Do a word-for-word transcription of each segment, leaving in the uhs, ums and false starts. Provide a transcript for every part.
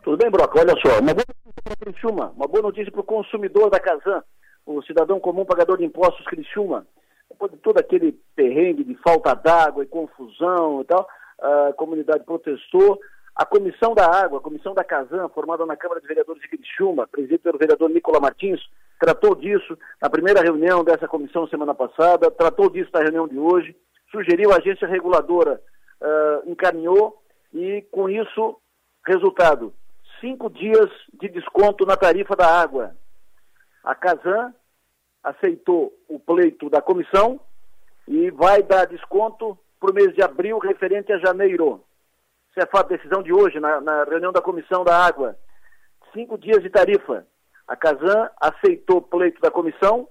Tudo bem, Broca? Olha só, uma boa notícia para Criciúma, uma boa notícia para o consumidor da Casan, o cidadão comum pagador de impostos Criciúma. Depois de todo aquele perrengue de falta d'água e confusão e tal, a comunidade protestou. A Comissão da Água, a Comissão da Casan, formada na Câmara de Vereadores de Criciúma, presidida pelo vereador Nicola Martins, tratou disso na primeira reunião dessa comissão semana passada, tratou disso na reunião de hoje, sugeriu a agência reguladora, uh, encaminhou e, com isso, resultado, cinco dias de desconto na tarifa da água. A Casan aceitou o pleito da comissão e vai dar desconto para o mês de abril referente a janeiro. Isso é fato, decisão de hoje, na, na reunião da Comissão da Água. Cinco dias de tarifa. A Casan aceitou o pleito da comissão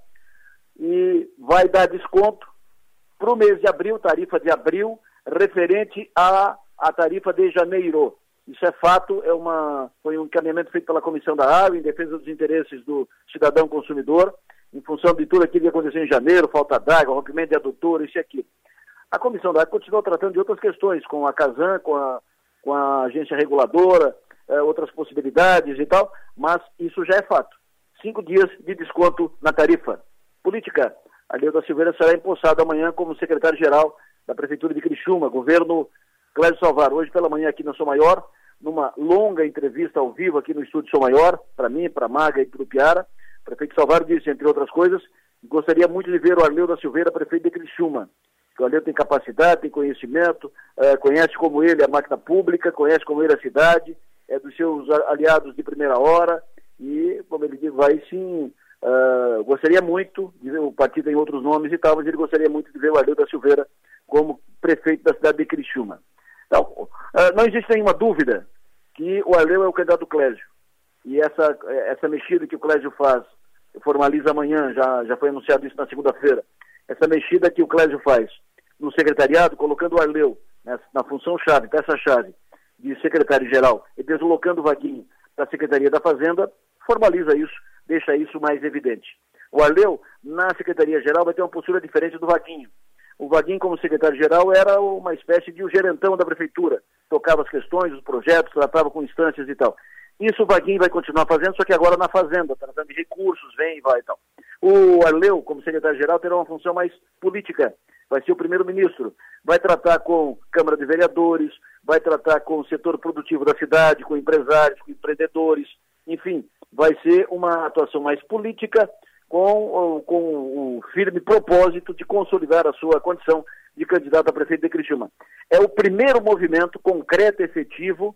e vai dar desconto para o mês de abril, tarifa de abril, referente à, à tarifa de janeiro. Isso é fato, é uma, foi um encaminhamento feito pela Comissão da Água em defesa dos interesses do cidadão consumidor, em função de tudo aquilo que aconteceu em janeiro, falta d'água, rompimento de adutor, isso e aquilo. A Comissão da Água continuou tratando de outras questões, com a Casan, com a, com a agência reguladora, eh, outras possibilidades e tal, mas isso já é fato. Cinco dias de desconto na tarifa. Política. A Leuda Silveira será empossada amanhã como secretário-geral da Prefeitura de Criciúma, governo Clédio Salvar. Hoje pela manhã aqui na Sou Maior, numa longa entrevista ao vivo aqui no estúdio Sou Maior, para mim, para a Maga e para o Piara, o prefeito Salvar disse, entre outras coisas, que gostaria muito de ver o Arleu da Silveira, prefeito de Criciúma. O Arleu tem capacidade, tem conhecimento, uh, conhece como ele a máquina pública, conhece como ele a cidade, é dos seus aliados de primeira hora e, como ele diz, vai sim, uh, gostaria muito de ver, o partido tem outros nomes e tal, mas ele gostaria muito de ver o Arleu da Silveira como prefeito da cidade de Criciúma. Então, uh, não existe nenhuma dúvida que o Arleu é o candidato do Clésio. E essa, essa mexida que o Clésio faz, formaliza amanhã, já, já foi anunciado isso na segunda-feira, essa mexida que o Clésio faz no secretariado, colocando o Arleu né, na função-chave, peça-chave de secretário-geral, e deslocando o Vaguinho da Secretaria da Fazenda, formaliza isso, deixa isso mais evidente. O Arleu, na Secretaria-Geral, vai ter uma postura diferente do Vaguinho. O Vaguinho, como secretário-geral, era uma espécie de o gerentão da prefeitura, tocava as questões, os projetos, tratava com instâncias e tal. Isso o Vaguinho vai continuar fazendo, só que agora na Fazenda, tratando de recursos, vem e vai e tal. O Arleu, como secretário-geral, terá uma função mais política, vai ser o primeiro-ministro, vai tratar com Câmara de Vereadores, vai tratar com o setor produtivo da cidade, com empresários, com empreendedores, enfim, vai ser uma atuação mais política, com, com o firme propósito de consolidar a sua condição de candidato a prefeito de Criciúma. É o primeiro movimento concreto e efetivo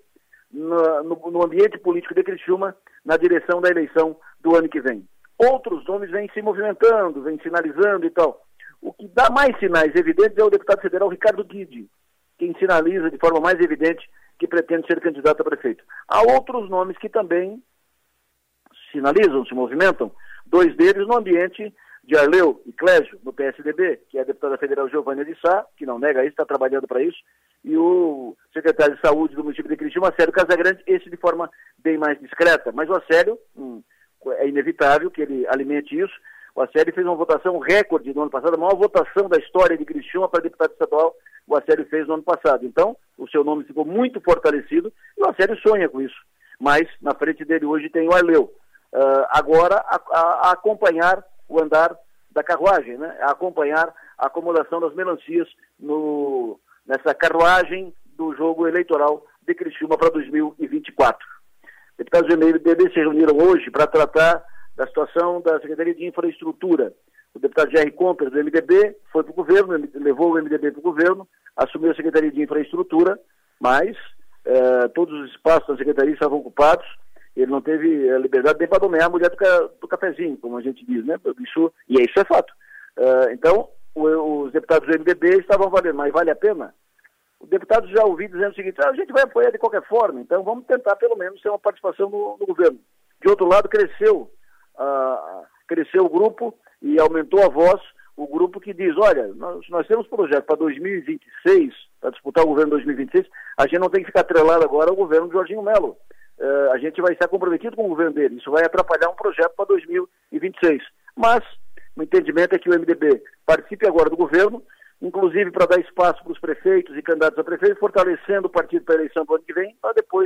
no, no, no ambiente político de Criciúma na direção da eleição do ano que vem. Outros nomes vêm se movimentando, vêm sinalizando e tal. O que dá mais sinais evidentes é o deputado federal Ricardo Guidi, quem sinaliza de forma mais evidente que pretende ser candidato a prefeito. Há outros nomes que também sinalizam, se movimentam, dois deles no ambiente de Arleu e Clésio, no P S D B, que é a deputada federal Giovânia de Sá, que não nega isso, está trabalhando para isso, e o secretário de Saúde do município de Criciúma, Acélio Casagrande, esse de forma bem mais discreta. Mas o Acélio, hum, é inevitável que ele alimente isso. O Acélio fez uma votação recorde no ano passado, a maior votação da história de Criciúma para deputado estadual, o Acélio fez no ano passado. Então, o seu nome ficou muito fortalecido e o Acélio sonha com isso. Mas, na frente dele hoje tem o Arleu. Uh, agora, a, a, a acompanhar o andar da carruagem, né? A acompanhar a acomodação das melancias no, nessa carruagem do jogo eleitoral de Criciúma para dois mil e vinte e quatro. Deputados do M D B se reuniram hoje para tratar da situação da Secretaria de Infraestrutura. O deputado Jerry Comper, do M D B, foi para o governo, levou o M D B para o governo, assumiu a Secretaria de Infraestrutura, mas eh, todos os espaços da Secretaria estavam ocupados. Ele não teve a liberdade nem para nomear a mulher do, ca, do cafezinho, como a gente diz, né? Isso, e isso é fato. Uh, então, o, os deputados do M D B estavam valendo, mas vale a pena? O deputado já ouvi dizendo o seguinte, ah, a gente vai apoiar de qualquer forma, então vamos tentar pelo menos ter uma participação no, no governo. De outro lado, cresceu, uh, cresceu o grupo e aumentou a voz o grupo que diz, olha, nós, nós temos projeto para dois mil e vinte e seis, para disputar o governo dois mil e vinte e seis, a gente não tem que ficar atrelado agora ao governo de Jorginho Melo. Uh, a gente vai estar comprometido com o governo dele. Isso vai atrapalhar um projeto para dois mil e vinte e seis. Mas o entendimento é que o M D B participe agora do governo, inclusive para dar espaço para os prefeitos e candidatos a prefeito, fortalecendo o partido para a eleição do ano que vem, para depois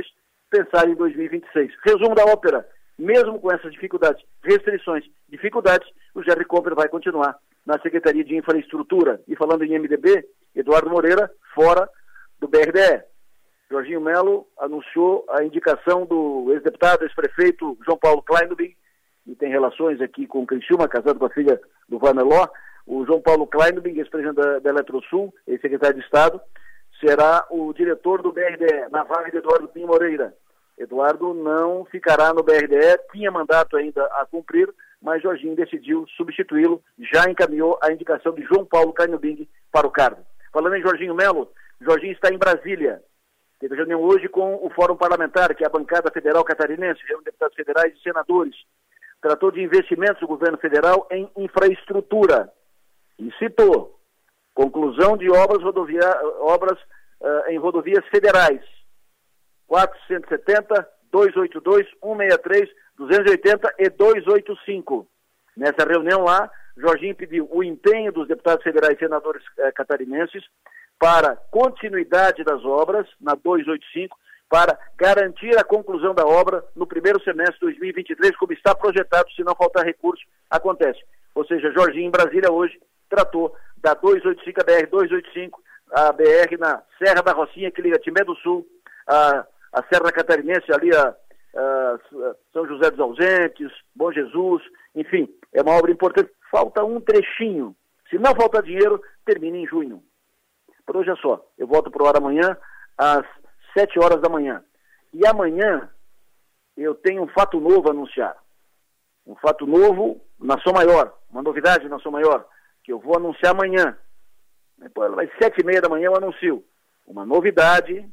pensar em dois mil e vinte e seis. Resumo da ópera, mesmo com essas dificuldades, restrições, dificuldades, o Jerry Comper vai continuar na Secretaria de Infraestrutura. E falando em M D B, Eduardo Moreira, fora do B R D E. Jorginho Melo anunciou a indicação do ex-deputado, ex-prefeito João Paulo Kleinubing, e tem relações aqui com o Criciúma, casado com a filha do Vaneló. O João Paulo Kleinubing, ex-presidente da, da Eletrosul, ex-secretário de Estado, será o diretor do B R D E, na vaga de Eduardo Pinho Moreira. Eduardo não ficará no B R D E, tinha mandato ainda a cumprir, mas Jorginho decidiu substituí-lo, já encaminhou a indicação de João Paulo Kleinubing para o cargo. Falando em Jorginho Melo, Jorginho está em Brasília. Teve reunião hoje com o Fórum Parlamentar, que é a bancada federal catarinense, reunião de deputados federais e senadores. Tratou de investimentos do governo federal em infraestrutura e citou conclusão de obras, rodovia, obras uh, em rodovias federais. quatrocentos e setenta, duzentos e oitenta e dois, cento e sessenta e três, duzentos e oitenta e duzentos e oitenta e cinco. Nessa reunião lá, Jorginho pediu o empenho dos deputados federais e senadores uh, catarinenses para continuidade das obras, na duzentos e oitenta e cinco, para garantir a conclusão da obra no primeiro semestre de dois mil e vinte e três, como está projetado, se não faltar recurso, acontece. Ou seja, Jorginho em Brasília hoje tratou da duzentos e oitenta e cinco, a B R duzentos e oitenta e cinco, a B R na Serra da Rocinha, que liga Timbé do Sul, a, a Serra Catarinense, ali a, a São José dos Ausentes, Bom Jesus, enfim, é uma obra importante. Falta um trechinho. Se não faltar dinheiro, termina em junho. Por hoje é só. Eu volto para o ar amanhã, às sete horas da manhã. E amanhã eu tenho um fato novo a anunciar. Um fato novo na Som Maior. Uma novidade na Som Maior, que eu vou anunciar amanhã. Depois, às sete e meia da manhã eu anuncio. Uma novidade,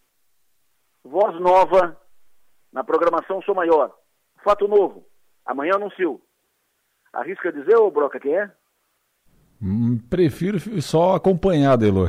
voz nova na programação Som Maior. Fato novo. Amanhã eu anuncio. Arrisca dizer, ô Broca, quem é? Hum, prefiro só acompanhar, Delor.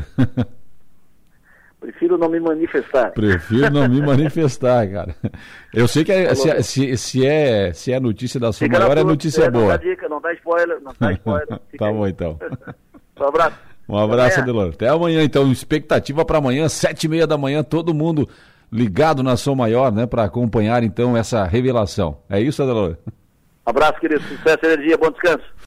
Prefiro não me manifestar. Prefiro não me manifestar, cara. Eu sei que é, se, se, se, é, se é notícia da Som Maior, é notícia é, boa. Não dá dica, não dá spoiler, não dá spoiler. Tá bom, então. Um abraço. Um abraço, Delor. Até amanhã, então. Expectativa para amanhã, sete e meia da manhã, todo mundo ligado na Som Maior, né, para acompanhar, então, essa revelação. É isso, Delor? Abraço, querido. Sucesso, energia, bom descanso.